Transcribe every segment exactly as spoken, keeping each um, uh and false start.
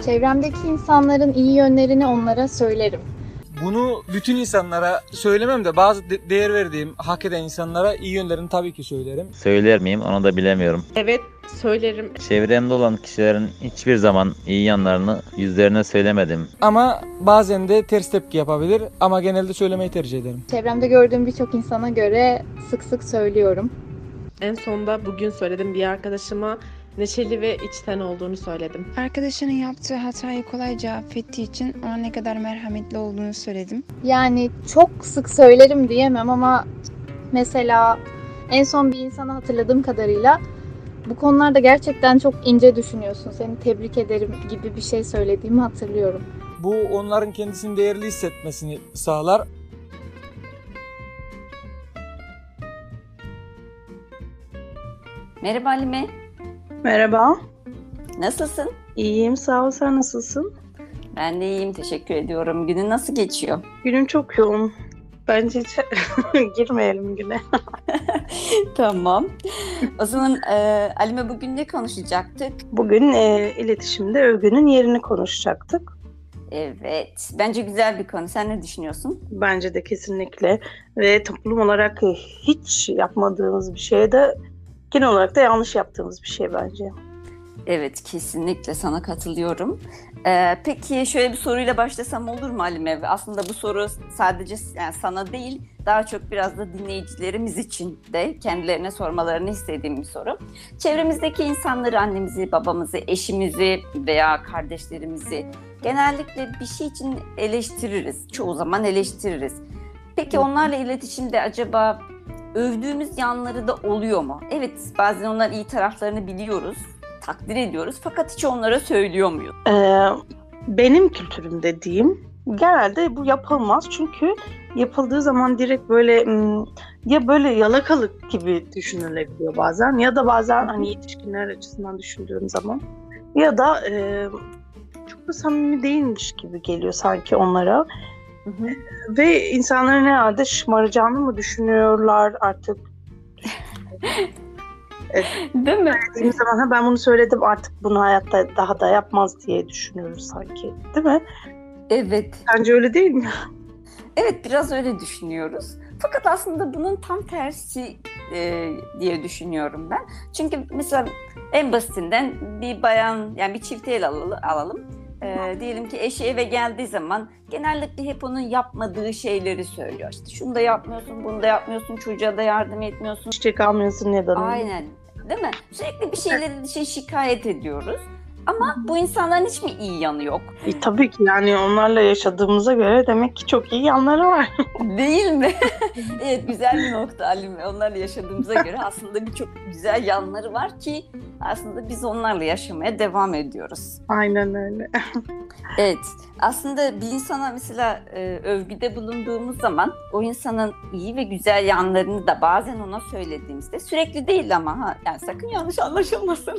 Çevremdeki insanların iyi yönlerini onlara söylerim. Bunu bütün insanlara söylemem de bazı de- değer verdiğim, hak eden insanlara iyi yönlerini tabii ki söylerim. Söyler miyim onu da bilemiyorum. Evet, söylerim. Çevremde olan kişilerin hiçbir zaman iyi yanlarını yüzlerine söylemedim. Ama bazen de ters tepki yapabilir ama genelde söylemeyi tercih ederim. Çevremde gördüğüm birçok insana göre sık sık söylüyorum. En sonda bugün söyledim bir arkadaşıma neşeli ve içten olduğunu söyledim. Arkadaşının yaptığı hatayı kolayca affettiği için ona ne kadar merhametli olduğunu söyledim. Yani çok sık söylerim diyemem ama mesela en son bir insana hatırladığım kadarıyla bu konularda gerçekten çok ince düşünüyorsun, seni tebrik ederim gibi bir şey söylediğimi hatırlıyorum. Bu onların kendisini değerli hissetmesini sağlar. Merhaba Halime, Merhaba, nasılsın? iyiyim. Sağ ol. Sen nasılsın? Ben de iyiyim, teşekkür ediyorum. Günün nasıl geçiyor? Günüm çok yoğun. Bence hiç girmeyelim güne. Tamam. O zaman e, Halime bugün ne konuşacaktık? Bugün e, iletişimde övgünün yerini konuşacaktık. Evet, bence güzel bir konu. Sen ne düşünüyorsun? Bence de kesinlikle. Ve toplum olarak e, hiç yapmadığımız bir şey de genel olarak da yanlış yaptığımız bir şey bence. Evet, kesinlikle sana katılıyorum. Ee, peki şöyle bir soruyla başlasam olur mu Halime? Aslında bu soru sadece yani sana değil, daha çok biraz da dinleyicilerimiz için de kendilerine sormalarını istediğim bir soru. Çevremizdeki insanları, annemizi, babamızı, eşimizi veya kardeşlerimizi genellikle bir şey için eleştiririz. Çoğu zaman eleştiririz. Peki onlarla iletişimde acaba övdüğümüz yanları da oluyor mu? Evet, bazen onların iyi taraflarını biliyoruz, takdir ediyoruz fakat hiç onlara söylüyor muyuz? Ee, benim kültürümde diyeyim, genelde bu yapılmaz. Çünkü yapıldığı zaman direkt böyle m, ya böyle yalakalık gibi düşünülebiliyor bazen ya da bazen hani yetişkinler açısından düşündüğüm zaman ya da e, çok da samimi değilmiş gibi geliyor sanki onlara. Hı hı. Ve insanların herhalde şımaracağını mı düşünüyorlar artık? Evet. Değil mi? Dediğimiz zaman ha ben bunu söyledim artık bunu hayatta daha da yapmaz diye düşünüyoruz sanki. Değil mi? Evet. Bence öyle değil mi? Evet, biraz öyle düşünüyoruz. Fakat aslında bunun tam tersi e, diye düşünüyorum ben. Çünkü mesela en basitinden bir bayan, yani bir çifti el alalım. alalım. E, diyelim ki eşi eve geldiği zaman genellikle hep onun yapmadığı şeyleri söylüyor. İşte şunu da yapmıyorsun, bunu da yapmıyorsun, çocuğa da yardım etmiyorsun. Çiçek almıyorsun neden? Aynen, değil mi? Sürekli bir şeyleri şey şikayet ediyoruz. Ama bu insanların hiç mi iyi yanı yok? E, tabii ki yani onlarla yaşadığımıza göre demek ki çok iyi yanları var. Değil mi? Evet, güzel bir nokta Halime. Onlarla yaşadığımıza göre aslında birçok güzel yanları var ki aslında biz onlarla yaşamaya devam ediyoruz. Aynen öyle. Evet, aslında bir insana mesela e, övgüde bulunduğumuz zaman o insanın iyi ve güzel yanlarını da bazen ona söylediğimizde sürekli değil ama ha yani sakın yanlış anlaşılmasın.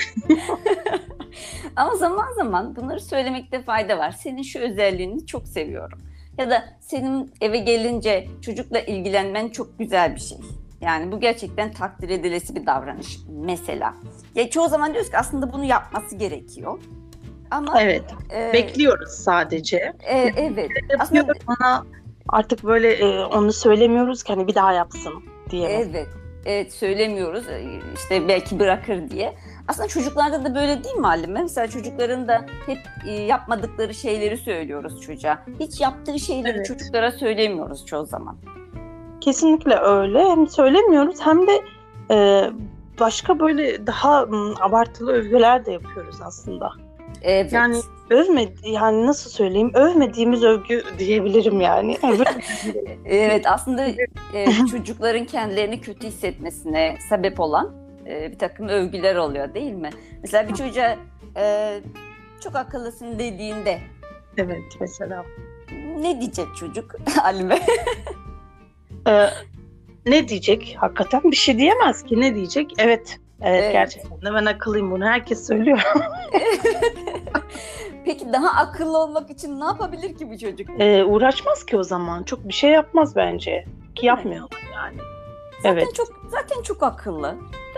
Ama zaman zaman bunları söylemekte fayda var. Senin şu özelliğini çok seviyorum. Ya da senin eve gelince çocukla ilgilenmen çok güzel bir şey. Yani bu gerçekten takdir edilesi bir davranış mesela. Ya çoğu zaman diyoruz ki aslında bunu yapması gerekiyor. Ama Evet. e, Bekliyoruz sadece. E, evet. Aslında Yapıyoruz ona artık böyle e, onu söylemiyoruz ki hani bir daha yapsın diye. evet. Evet, söylemiyoruz. İşte belki bırakır diye. Aslında çocuklarda da böyle değil mi Halime? Mesela çocukların da hep e, yapmadıkları şeyleri söylüyoruz çocuğa. Hiç yaptığı şeyleri Evet. çocuklara söylemiyoruz çoğu zaman. Kesinlikle öyle. Hem söylemiyoruz hem de e, başka böyle daha m, abartılı övgüler de yapıyoruz aslında. Evet. Yani övmedi yani nasıl söyleyeyim övmediğimiz övgü diyebilirim yani. Evet, aslında e, çocukların kendilerini kötü hissetmesine sebep olan e, bir takım övgüler oluyor değil mi? Mesela bir çocuğa e, çok akıllısın dediğinde Evet mesela. ne diyecek çocuk Halime? Ee, ne diyecek? Hakikaten bir şey diyemez ki. Ne diyecek? Evet. Evet, Evet. gerçekten de ben akıllıyım bunu herkes söylüyor. Peki daha akıllı olmak için ne yapabilir ki bir çocuk? Ee, uğraşmaz ki o zaman. Çok bir şey yapmaz bence. Ki yapmıyor yani. Zaten Evet. çok zaten çok akıllı.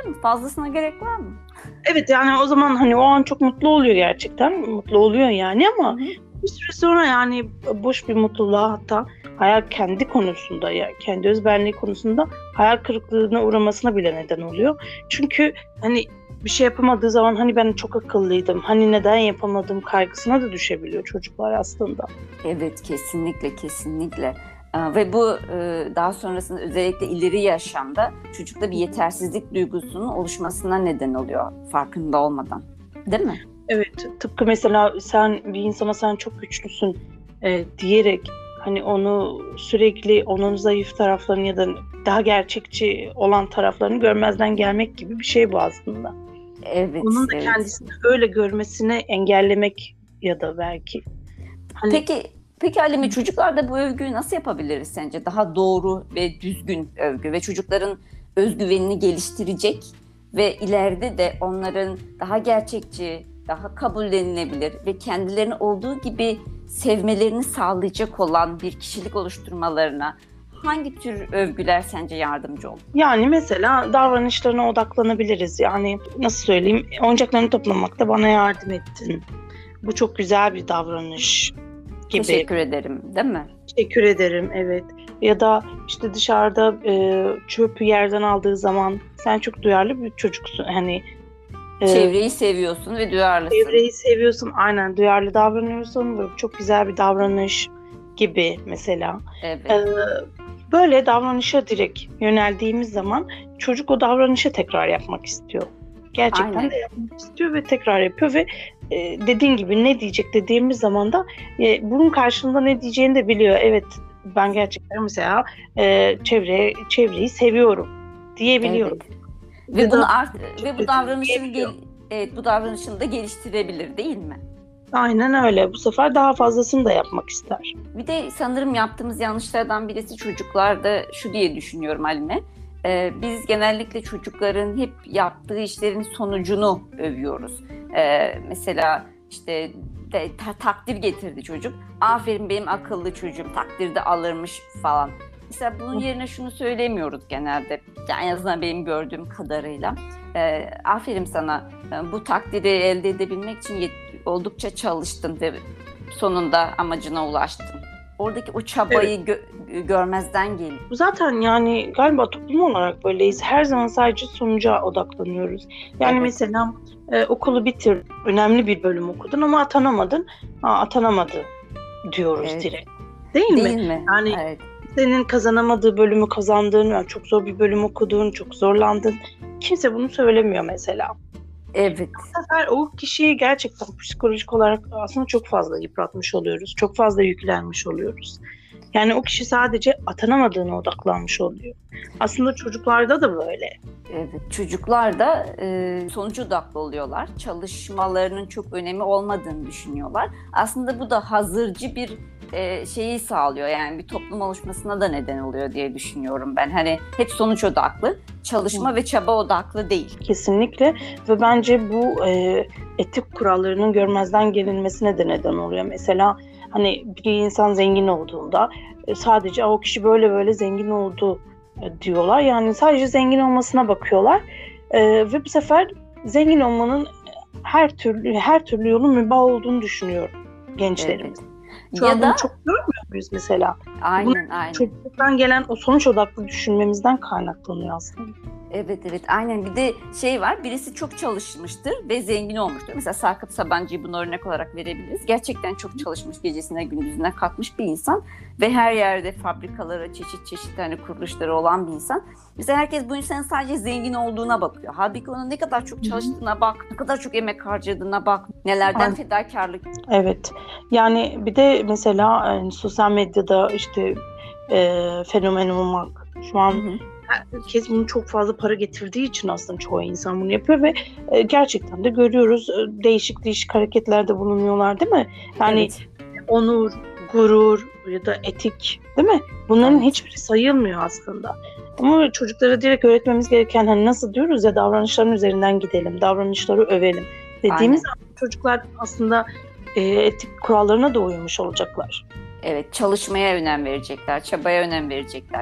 yeterli mi? Fazlasına gerek var mı? Evet, yani o zaman hani o an çok mutlu oluyor gerçekten. Mutlu oluyor yani ama Hı hı. bir süre sonra yani boş bir mutluluğa, hatta hayal kendi konusunda, ya kendi özbenliği konusunda hayal kırıklığına uğramasına bile neden oluyor. Çünkü hani bir şey yapamadığı zaman hani ben çok akıllıydım, hani neden yapamadım kaygısına da düşebiliyor çocuklar aslında. Evet, kesinlikle kesinlikle. Ee, Ve bu e, daha sonrasında özellikle ileri yaşamda çocukta bir yetersizlik duygusunun oluşmasına neden oluyor farkında olmadan. Değil mi? Evet, tıpkı mesela sen bir insana sen çok güçlüsün e, diyerek hani onu sürekli onun zayıf taraflarını ya da daha gerçekçi olan taraflarını görmezden gelmek gibi bir şey bu aslında. Evet, Onun da evet. kendisini öyle görmesini engellemek ya da belki. Hani Peki, peki Halime, çocuklarda bu övgüyü nasıl yapabiliriz sence? Daha doğru ve düzgün övgü ve çocukların özgüvenini geliştirecek ve ileride de onların daha gerçekçi, daha kabullenilebilir ve kendilerini olduğu gibi sevmelerini sağlayacak olan bir kişilik oluşturmalarına hangi tür övgüler sence yardımcı olur? yani mesela davranışlarına odaklanabiliriz. Yani nasıl söyleyeyim, oyuncaklarını toplamakta bana yardım ettin. Bu çok güzel bir davranış gibi. Teşekkür ederim, değil mi? Teşekkür ederim, evet. Ya da işte dışarıda e, çöpü yerden aldığı zaman sen çok duyarlı bir çocuksun. Hani e, Çevreyi seviyorsun ve duyarlısın. çevreyi seviyorsun, aynen duyarlı davranıyorsun. Böyle çok güzel bir davranış gibi mesela. Evet. E, böyle davranışa direkt yöneldiğimiz zaman çocuk o davranışa tekrar yapmak istiyor. Gerçekten Aynen. de yapmak istiyor ve tekrar yapıyor ve e, dediğin gibi ne diyecek dediğimiz zaman da e, bunun karşılığında ne diyeceğini de biliyor. Evet, ben gerçekten mesela e, çevre çevreyi seviyorum diyebiliyorum. Evet. Ve Ya da- bunu art ve bu davranışını diyebiliyor. gel- evet, bu davranışını da geliştirebilir, değil mi? Aynen öyle. Bu sefer daha fazlasını da yapmak ister. Bir de sanırım yaptığımız yanlışlardan birisi çocuklarda şu diye düşünüyorum Halime. Ee, biz genellikle çocukların hep yaptığı işlerin sonucunu övüyoruz. Ee, mesela işte de, ta- takdir getirdi çocuk. Aferin benim akıllı çocuğum, takdir de alırmış falan. Mesela bunun yerine şunu söylemiyoruz genelde. Yani en azından benim gördüğüm kadarıyla. Ee, aferin sana, bu takdiri elde edebilmek için yet- oldukça çalıştın ve sonunda amacına ulaştın. Oradaki o çabayı gö- görmezden geliyor. Bu zaten yani galiba toplum olarak böyleyiz. Her zaman sadece sonuca odaklanıyoruz. Yani Evet. mesela e, okulu bitir, önemli bir bölüm okudun ama atanamadın. Aa, atanamadı diyoruz Evet. direkt. Değil, mi? Değil mi? Yani Evet. senin kazanamadığı bölümü kazandığın, yani çok zor bir bölüm okudun, çok zorlandın. Kimse bunu söylemiyor mesela. Evet. Bu sefer o kişiyi gerçekten psikolojik olarak aslında çok fazla yıpratmış oluyoruz. Çok fazla yüklenmiş oluyoruz. Yani o kişi sadece atanamadığına odaklanmış oluyor. Aslında çocuklarda da böyle. Evet, çocuklar da e, sonuç odaklı oluyorlar. Çalışmalarının çok önemi olmadığını düşünüyorlar. Aslında bu da hazırcı bir e, şeyi sağlıyor. Yani bir toplum oluşmasına da neden oluyor diye düşünüyorum ben. Hani hep sonuç odaklı, çalışma ve çaba odaklı değil. Kesinlikle ve bence bu e, etik kurallarının görmezden gelinmesine de neden oluyor. Mesela hani bir insan zengin olduğunda e, sadece o kişi böyle böyle zengin oldu e, diyorlar. Yani sadece zengin olmasına bakıyorlar E, ve bu sefer zengin olmanın her türlü her türlü yolun mübah olduğunu düşünüyorum gençlerimiz. Şu Ya an da bunu çok görmüyor muyuz mesela? aynen aynen. Çocukluktan gelen o sonuç odaklı düşünmemizden kaynaklanıyor aslında. Evet evet aynen, bir de şey var, birisi çok çalışmıştır ve zengin olmuştur. Mesela Sakıp Sabancı'yı bunu örnek olarak verebiliriz. Gerçekten çok çalışmış, gecesine gündüzüne kalkmış bir insan ve her yerde fabrikaları, çeşit çeşit hani kuruluşları olan bir insan. Mesela herkes bu insanın sadece zengin olduğuna bakıyor. Halbuki onun ne kadar çok çalıştığına bak, ne kadar çok emek harcadığına bak, nelerden Aynen. fedakarlık. Evet. Yani bir de mesela yani sosyal medyada işte e, fenomen olmak şu an Hı hı. herkes bunu çok fazla para getirdiği için aslında çoğu insan bunu yapıyor ve e, gerçekten de görüyoruz, e, değişik değişik hareketlerde bulunuyorlar değil mi? Yani Evet. onur, gurur ya da etik değil mi? Bunların Evet. hiçbiri sayılmıyor aslında. Ama çocuklara direkt öğretmemiz gereken hani nasıl diyoruz ya, davranışların üzerinden gidelim, davranışları övelim dediğimiz Aynen. zaman çocuklar aslında e, etik kurallarına da uymuş olacaklar. Evet, çalışmaya önem verecekler, çabaya önem verecekler.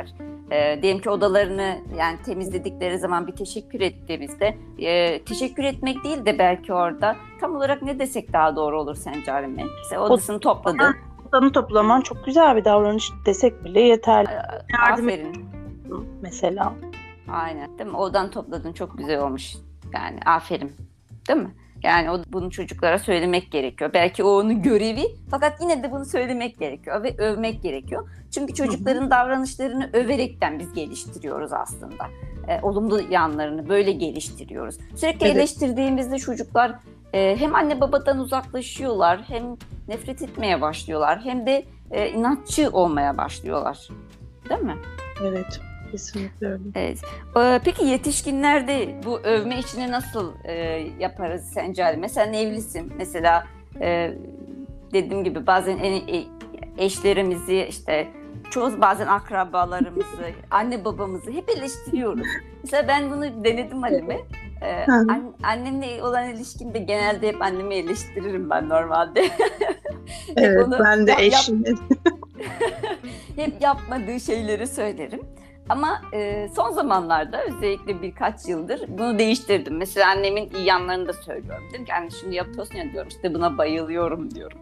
E, diyelim ki odalarını yani temizledikleri zaman bir teşekkür ettiğimizde e, teşekkür etmek değil de belki orada tam olarak ne desek daha doğru olur sence Halime? Mesela odasını topladı. Odanı toplaman çok güzel bir davranış desek bile yeterli. Yardım Aferin. mesela. Aynen değil mi? Odan topladın çok güzel olmuş. Yani aferin. Değil mi? Yani o, bunu çocuklara söylemek gerekiyor. Belki o onun görevi fakat yine de bunu söylemek gerekiyor ve övmek gerekiyor. Çünkü çocukların Hı-hı. davranışlarını överekten biz geliştiriyoruz aslında. E, olumlu yanlarını böyle geliştiriyoruz. Sürekli evet. eleştirdiğimizde çocuklar e, hem anne babadan uzaklaşıyorlar, hem nefret etmeye başlıyorlar, hem de e, inatçı olmaya başlıyorlar. Değil mi? Evet. Kesinlikle öyle. Evet. Ee, peki yetişkinlerde bu övme işini nasıl e, yaparız sence Halime? Sen evlisin. Mesela e, dediğim gibi bazen en, eşlerimizi işte çoğu bazen akrabalarımızı, anne babamızı hep eleştiriyoruz. Mesela ben bunu denedim Halime. Ee, an, annemle olan ilişkimde genelde hep annemi eleştiririm ben normalde. Evet, onu, ben de eşim. Yap, hep yapmadığı şeyleri söylerim. Ama e, son zamanlarda özellikle birkaç yıldır bunu değiştirdim. Mesela annemin iyi yanlarını da söylüyorum. Diyorum ki anne şunu yapıyorsun ya diyorum. İşte buna bayılıyorum diyorum.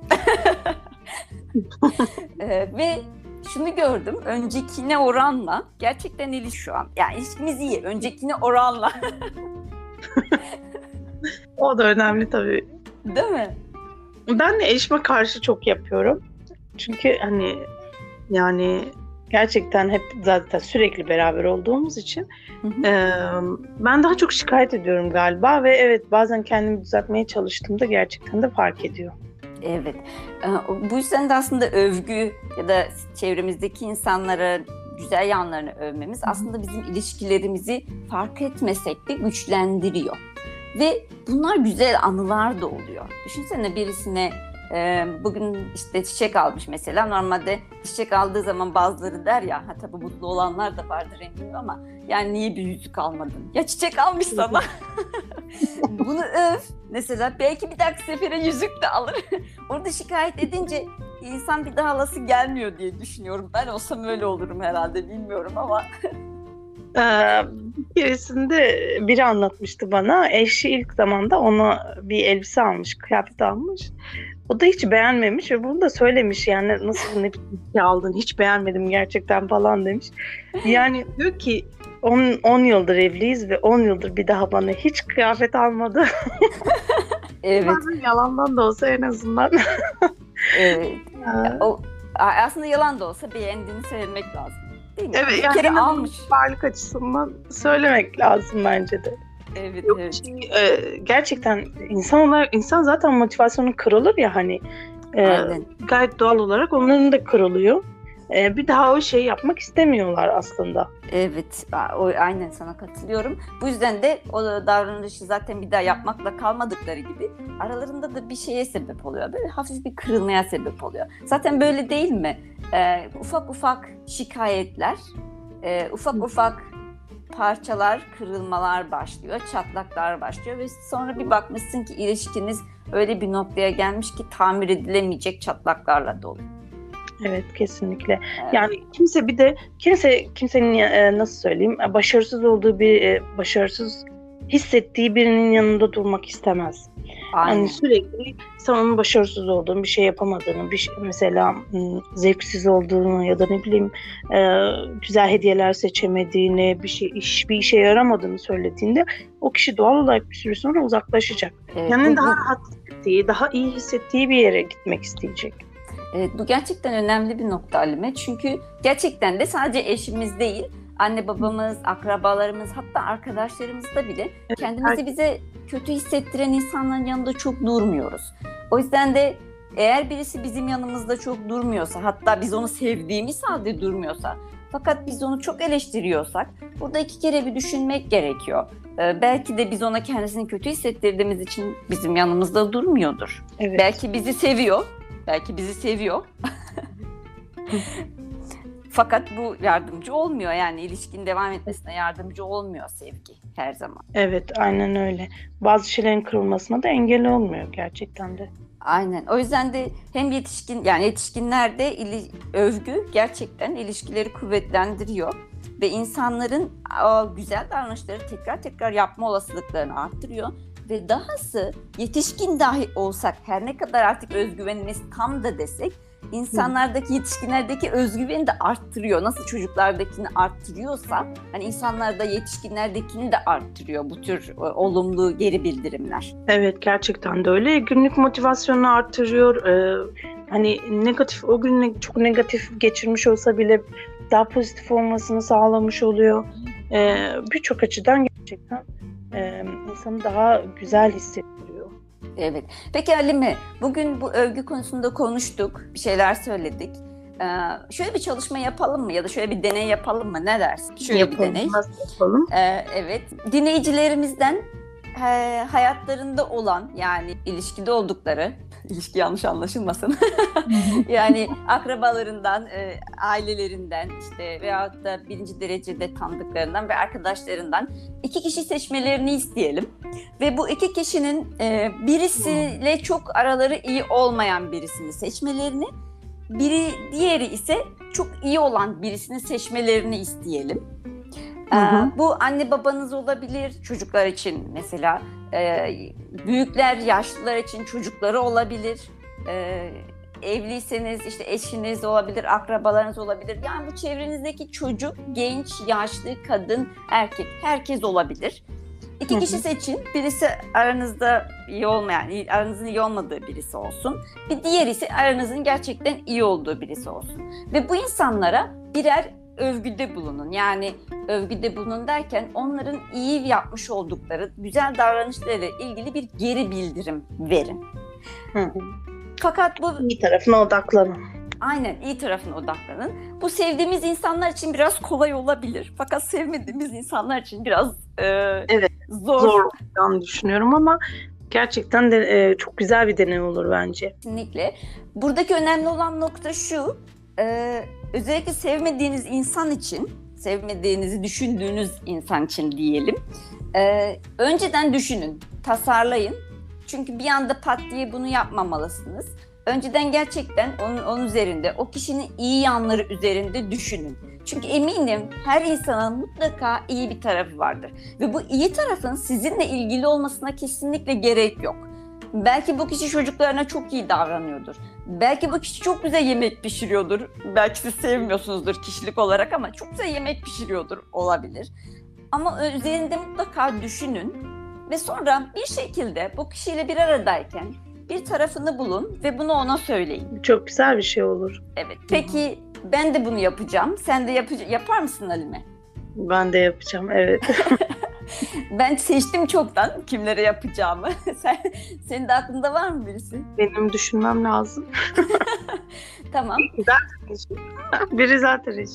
e, ve şunu gördüm. Öncekine oranla gerçekten ilişki şu an. Yani ilişkimiz iyi. Öncekine oranla. O da önemli tabii. Değil mi? Ben de eşime karşı çok yapıyorum. Çünkü hani yani gerçekten hep zaten sürekli beraber olduğumuz için hı hı. E, ben daha çok şikayet ediyorum galiba ve evet bazen kendimi düzeltmeye çalıştığımda gerçekten de fark ediyor. Evet. Bu yüzden de aslında övgü ya da çevremizdeki insanlara güzel yanlarını övmemiz hı hı. aslında bizim ilişkilerimizi fark etmesek de güçlendiriyor. Ve bunlar güzel anılar da oluyor. Düşünsene birisine Ee, bugün işte çiçek almış mesela. Normalde çiçek aldığı zaman bazıları der ya, ha tabii mutlu olanlar da vardır eminim ama yani niye bir yüzük almadın? Ya çiçek almış sana. Bunu öv. Mesela belki bir dahaki sefere yüzük de alır. Orada şikayet edince insan bir daha alası gelmiyor diye düşünüyorum. Ben olsam öyle olurum herhalde, bilmiyorum ama. Ee, birisinde biri anlatmıştı bana. Eşi ilk zamanda ona bir elbise almış, kıyafet almış. O da hiç beğenmemiş ve bunu da söylemiş, yani nasıl ne bir şey aldın, hiç beğenmedim gerçekten falan demiş. Yani diyor ki on yıldır evliyiz ve on yıldır bir daha bana hiç kıyafet almadı. Evet. Yalandan da olsa en azından. Evet. O, aslında yalan da olsa beğendiğini söylemek lazım. Değil mi? Evet, bir yani kere almış. Varlık açısından söylemek lazım bence de. Evet, Yok, evet. Şey, e, gerçekten insan olarak insan zaten motivasyonu kırılır ya hani. E, gayet doğal olarak onların da kırılıyor. E, bir daha o şeyi yapmak istemiyorlar aslında. Evet, o, aynen sana katılıyorum. Bu yüzden de o davranışı zaten bir daha yapmakla kalmadıkları gibi aralarında da bir şeye sebep oluyor. Böyle hafif bir kırılmaya sebep oluyor. Zaten böyle değil mi? E, ufak ufak şikayetler, e, ufak Hı. ufak parçalar, kırılmalar başlıyor, çatlaklar başlıyor ve sonra bir bakmışsın ki ilişkiniz öyle bir noktaya gelmiş ki tamir edilemeyecek çatlaklarla dolu. Evet, kesinlikle. Evet. Yani kimse bir de kimse kimsenin e, nasıl söyleyeyim başarısız olduğu bir e, başarısız hissettiği birinin yanında durmak istemez. Aynen. Yani sürekli sen onun başarısız olduğunu, bir şey yapamadığını, bir şey, mesela zevksiz olduğunu ya da ne bileyim e, güzel hediyeler seçemediğini, bir şey iş bir işe yaramadığını söylediğinde o kişi doğal olarak bir süre sonra uzaklaşacak. Evet, yani bu, daha rahat hissettiği, daha iyi hissettiği bir yere gitmek isteyecek. Evet, bu gerçekten önemli bir nokta Halime. Çünkü gerçekten de sadece eşimiz değil, anne babamız, akrabalarımız, hatta arkadaşlarımızda bile kendimizi bize kötü hissettiren insanların yanında çok durmuyoruz. O yüzden de eğer birisi bizim yanımızda çok durmuyorsa, hatta biz onu sevdiğimiz halde durmuyorsa, fakat biz onu çok eleştiriyorsak, burada iki kere bir düşünmek gerekiyor. Ee, belki de biz ona kendisini kötü hissettirdiğimiz için bizim yanımızda durmuyordur. Evet. Belki bizi seviyor, belki bizi seviyor. Fakat bu yardımcı olmuyor, yani ilişkinin devam etmesine yardımcı olmuyor sevgi her zaman. Evet, aynen öyle. Bazı şeylerin kırılmasına da engel olmuyor gerçekten de. Aynen. O yüzden de hem yetişkin yani yetişkinlerde ili, övgü gerçekten ilişkileri kuvvetlendiriyor. ve insanların o güzel davranışları tekrar tekrar yapma olasılıklarını arttırıyor. Ve dahası yetişkin dahi olsak, her ne kadar artık özgüvenimiz tam da desek, insanlardaki, yetişkinlerdeki özgüveni de arttırıyor. Nasıl çocuklardakini arttırıyorsa, hani insanlarda yetişkinlerdekini de arttırıyor bu tür e, olumlu geri bildirimler. Evet, gerçekten de öyle. Günlük motivasyonunu artırıyor. Ee, hani negatif, o gün ne- çok negatif geçirmiş olsa bile daha pozitif olmasını sağlamış oluyor. Ee, birçok açıdan gerçekten e, insanı daha güzel hissettiriyor. Evet. Peki Halime, bugün bu övgü konusunda konuştuk, bir şeyler söyledik. Ee, şöyle bir çalışma yapalım mı ya da şöyle bir deney yapalım mı? Ne dersin? Şöyle Yapalım, bir deney. nasıl yapalım? Ee, evet. Dinleyicilerimizden e, hayatlarında olan, yani ilişkide oldukları, ilişki yanlış anlaşılmasın. Yani akrabalarından, e, ailelerinden işte veyahut da birinci derecede tanıdıklarından ve arkadaşlarından iki kişi seçmelerini isteyelim. Ve bu iki kişinin e, birisiyle çok araları iyi olmayan birisini seçmelerini, biri diğeri ise çok iyi olan birisini seçmelerini isteyelim. Hı hı. Ee, bu anne babanız olabilir, çocuklar için mesela, e, büyükler, yaşlılar için çocukları olabilir, e, evliyseniz işte eşiniz olabilir, akrabalarınız olabilir. Yani bu çevrenizdeki çocuk, genç, yaşlı, kadın, erkek, herkes olabilir. İki Hı hı. kişi seçin, birisi aranızda iyi olmayan, aranızın iyi olmadığı birisi olsun. Bir diğeri ise aranızın gerçekten iyi olduğu birisi olsun. Ve bu insanlara birer övgüde bulunun. Yani övgüde bulunun derken onların iyi yapmış oldukları güzel davranışlarıyla ilgili bir geri bildirim verin. Hı hı. Fakat bu İyi tarafına odaklanın. aynen iyi tarafına odaklanın. Bu sevdiğimiz insanlar için biraz kolay olabilir. Fakat sevmediğimiz insanlar için biraz e, Evet, zor. Zor olacağını düşünüyorum ama gerçekten de e, çok güzel bir deney olur bence. Kesinlikle. Buradaki önemli olan nokta şu, e, özellikle sevmediğiniz insan için, sevmediğinizi düşündüğünüz insan için diyelim, e, önceden düşünün, tasarlayın. Çünkü bir anda pat diye bunu yapmamalısınız. Önceden gerçekten onun, onun üzerinde, o kişinin iyi yanları üzerinde düşünün. Çünkü eminim her insanın mutlaka iyi bir tarafı vardır. Ve bu iyi tarafın sizinle ilgili olmasına kesinlikle gerek yok. Belki bu kişi çocuklarına çok iyi davranıyordur. Belki bu kişi çok güzel yemek pişiriyordur. Belki siz sevmiyorsunuzdur kişilik olarak ama çok güzel yemek pişiriyordur, olabilir. Ama üzerinde mutlaka düşünün ve sonra bir şekilde bu kişiyle bir aradayken bir tarafını bulun ve bunu ona söyleyin. Çok güzel bir şey olur. Evet. Peki ben de bunu yapacağım. Sen de yap- yapar mısın Halime? Ben de yapacağım, evet. Ben seçtim çoktan kimlere yapacağımı. Sen, senin de aklında var mı birisi? Benim düşünmem lazım. Tamam. Biri zaten iş.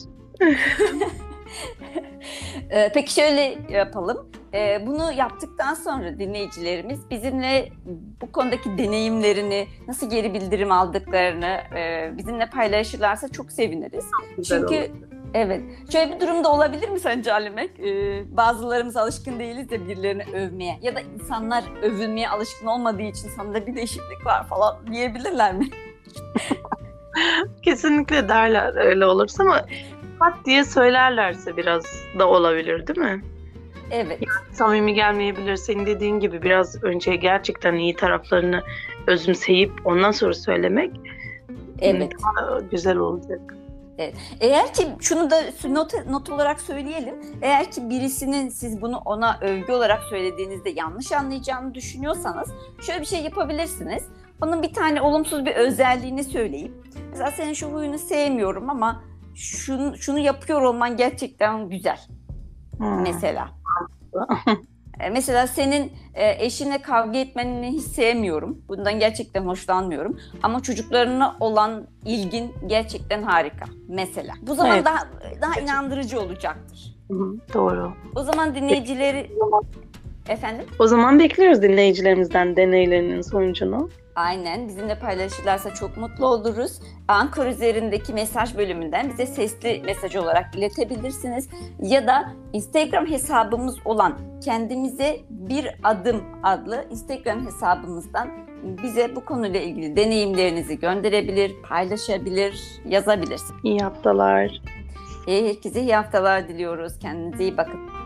Ee, peki şöyle yapalım. Ee, bunu yaptıktan sonra dinleyicilerimiz bizimle bu konudaki deneyimlerini, nasıl geri bildirim aldıklarını e, bizimle paylaşırlarsa çok seviniriz. Güzel Çünkü olur. evet, şöyle bir durumda olabilir mi sence Halime? Ee, bazılarımız alışkın değiliz de birilerini övmeye ya da insanlar övülmeye alışkın olmadığı için sende bir değişiklik var falan diyebilirler mi? Kesinlikle derler öyle olursa ama pat diye söylerlerse biraz da olabilir, değil mi? Evet. Samimi gelmeyebilir. Senin dediğin gibi biraz önce gerçekten iyi taraflarını özümseyip ondan sonra söylemek Evet. daha güzel olacak. Eğer ki şunu da not, not olarak söyleyelim. Eğer ki birisinin siz bunu ona övgü olarak söylediğinizde yanlış anlayacağını düşünüyorsanız şöyle bir şey yapabilirsiniz. Onun bir tane olumsuz bir özelliğini söyleyip mesela senin şu huyunu sevmiyorum ama şunu, şunu yapıyor olman gerçekten güzel. Hmm. Mesela. E, Mesela senin e, eşinle kavga etmenini hiç sevmiyorum. Bundan gerçekten hoşlanmıyorum. Ama çocuklarına olan ilgin gerçekten harika. Mesela. Bu zaman Evet. daha daha inandırıcı olacaktır. Hı hı, doğru. O zaman dinleyicileri efendim O zaman bekliyoruz dinleyicilerimizden deneylerinin sonucunu. aynen bizimle paylaşırlarsa çok mutlu oluruz. Anchor üzerindeki mesaj bölümünden bize sesli mesaj olarak iletebilirsiniz. Ya da Instagram hesabımız olan Kendimize Bir Adım adlı Instagram hesabımızdan bize bu konuyla ilgili deneyimlerinizi gönderebilir, paylaşabilir, yazabilirsiniz. İyi haftalar. Herkese iyi haftalar diliyoruz. Kendinize iyi bakın.